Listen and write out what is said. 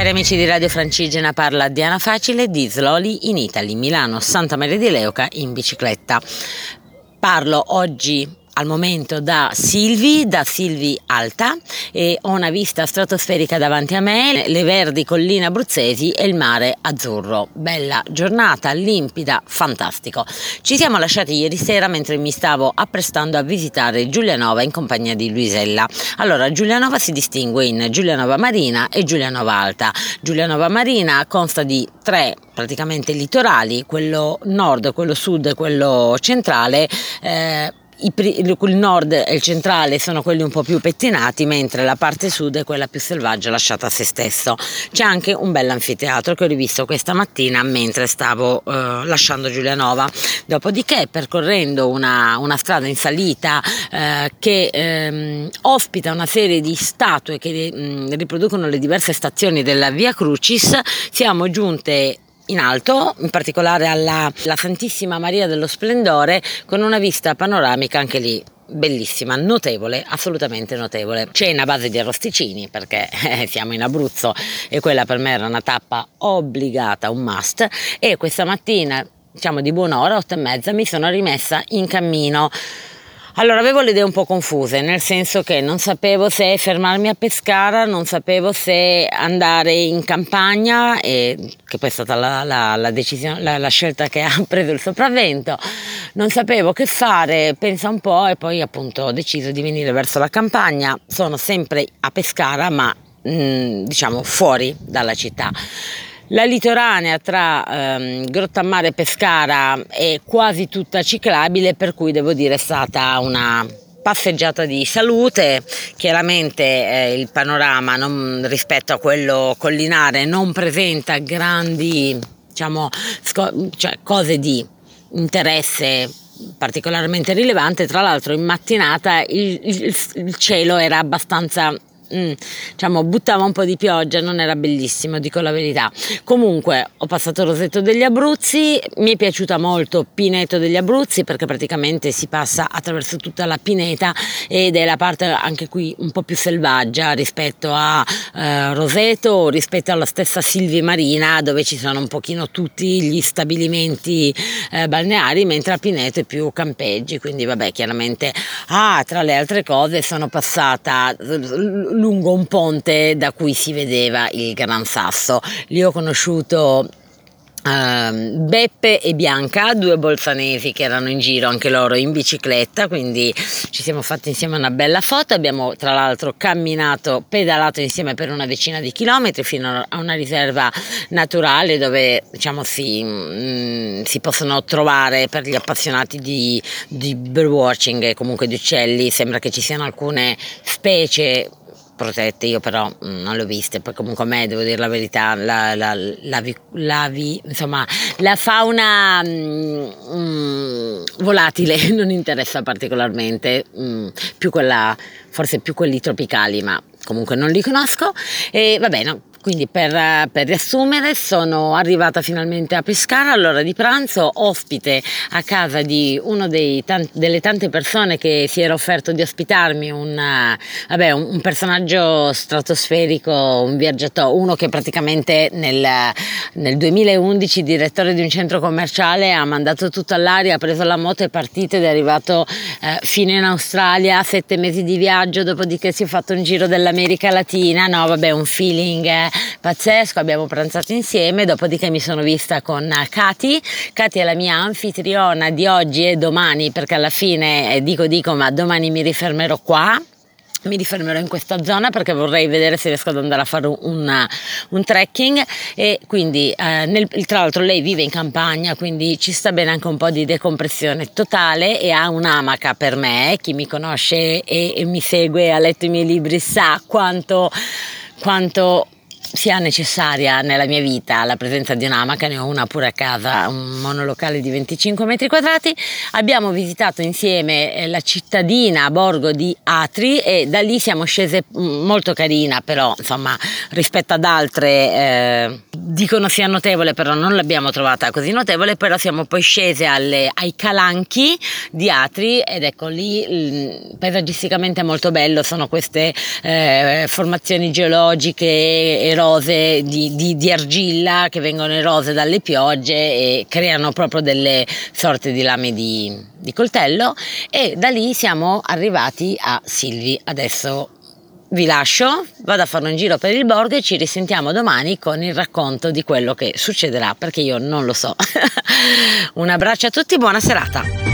Cari amici di Radio Francigena, parla Diana Facile di Slowly in Italy, Milano, Santa Maria di Leuca in bicicletta. Parlo oggi al momento da Silvi Alta, e ho una vista stratosferica davanti a me, le verdi colline abruzzesi e il mare azzurro. Bella giornata, limpida, fantastico. Ci siamo lasciati ieri sera mentre mi stavo apprestando a visitare Giulianova in compagnia di Luisella. Allora, Giulianova si distingue in Giulianova Marina e Giulianova Alta. Giulianova Marina consta di 3 praticamente litorali, quello nord, quello sud e quello centrale. Il nord e il centrale sono quelli un po' più pettinati, mentre la parte sud è quella più selvaggia, lasciata a se stesso. C'è anche un bel anfiteatro che ho rivisto questa mattina mentre stavo lasciando Giulianova. Dopodiché, percorrendo una strada in salita che ospita una serie di statue che riproducono le diverse stazioni della Via Crucis, siamo giunte in alto, in particolare alla Santissima Maria dello Splendore, con una vista panoramica anche lì bellissima, notevole, assolutamente notevole. Cena a base di arrosticini perché siamo in Abruzzo e quella per me era una tappa obbligata, un must, e questa mattina, diciamo di buon'ora, 8:30, mi sono rimessa in cammino. Allora, avevo le idee un po' confuse, nel senso che non sapevo se fermarmi a Pescara, non sapevo se andare in campagna, e che poi è stata la decisione, la scelta che ha preso il sopravvento. Non sapevo che fare, pensa un po', e poi appunto ho deciso di venire verso la campagna. Sono sempre a Pescara, ma diciamo fuori dalla città. La litoranea tra Grottammare e Pescara è quasi tutta ciclabile, per cui devo dire è stata una passeggiata di salute. Chiaramente il panorama rispetto a quello collinare non presenta grandi, diciamo, cose di interesse particolarmente rilevante. Tra l'altro in mattinata il cielo era abbastanza, diciamo, buttava un po' di pioggia, non era bellissimo, dico la verità. Comunque ho passato Rosetto degli Abruzzi, mi è piaciuta molto Pineto degli Abruzzi perché praticamente si passa attraverso tutta la pineta ed è la parte anche qui un po' più selvaggia rispetto a Roseto, rispetto alla stessa Silvi Marina, dove ci sono un pochino tutti gli stabilimenti balneari, mentre a Pineto è più campeggi. Quindi vabbè, chiaramente tra le altre cose sono passata lungo un ponte da cui si vedeva il Gran Sasso. Lì ho conosciuto Beppe e Bianca, 2 bolzanesi che erano in giro anche loro in bicicletta, quindi ci siamo fatti insieme una bella foto. Abbiamo tra l'altro pedalato insieme per una decina di chilometri fino a una riserva naturale dove, diciamo, si possono trovare, per gli appassionati di birdwatching e comunque di uccelli, sembra che ci siano alcune specie protette, io però non le ho viste. Poi comunque a me, devo dire la verità, insomma, la fauna volatile non interessa particolarmente, più quella, forse più quelli tropicali, ma comunque non li conosco. E va bene, quindi per riassumere, sono arrivata finalmente a Pescara all'ora di pranzo, ospite a casa di uno delle tante persone che si era offerto di ospitarmi, un personaggio stratosferico, un viaggiatore, uno che praticamente nel 2011, direttore di un centro commerciale, ha mandato tutto all'aria, ha preso la moto e è partito ed è arrivato fino in Australia, 7 mesi di viaggio, dopodiché si è fatto un giro dell'America Latina. Un feeling pazzesco. Abbiamo pranzato insieme, dopodiché mi sono vista con Katy. Katy è la mia anfitriona di oggi e domani, perché alla fine dico ma domani mi rifermerò qua. Mi rifermerò in questa zona perché vorrei vedere se riesco ad andare a fare un trekking, e quindi tra l'altro lei vive in campagna, quindi ci sta bene anche un po' di decompressione totale, e ha un'amaca per me. Chi mi conosce e mi segue, ha letto i miei libri, sa quanto sia necessaria nella mia vita la presenza di un'amaca. Ne ho una pure a casa, un monolocale di 25 metri quadrati. Abbiamo visitato insieme la cittadina borgo di Atri e da lì siamo scese, molto carina, però insomma rispetto ad altre dicono sia notevole, però non l'abbiamo trovata così notevole. Però siamo poi scese ai Calanchi di Atri ed ecco lì paesaggisticamente è molto bello, sono queste formazioni geologiche, rose di argilla che vengono erose dalle piogge e creano proprio delle sorte di lame di coltello, e da lì siamo arrivati a Silvi. Adesso vi lascio, vado a fare un giro per il borgo e ci risentiamo domani con il racconto di quello che succederà, perché io non lo so. Un abbraccio a tutti, buona serata.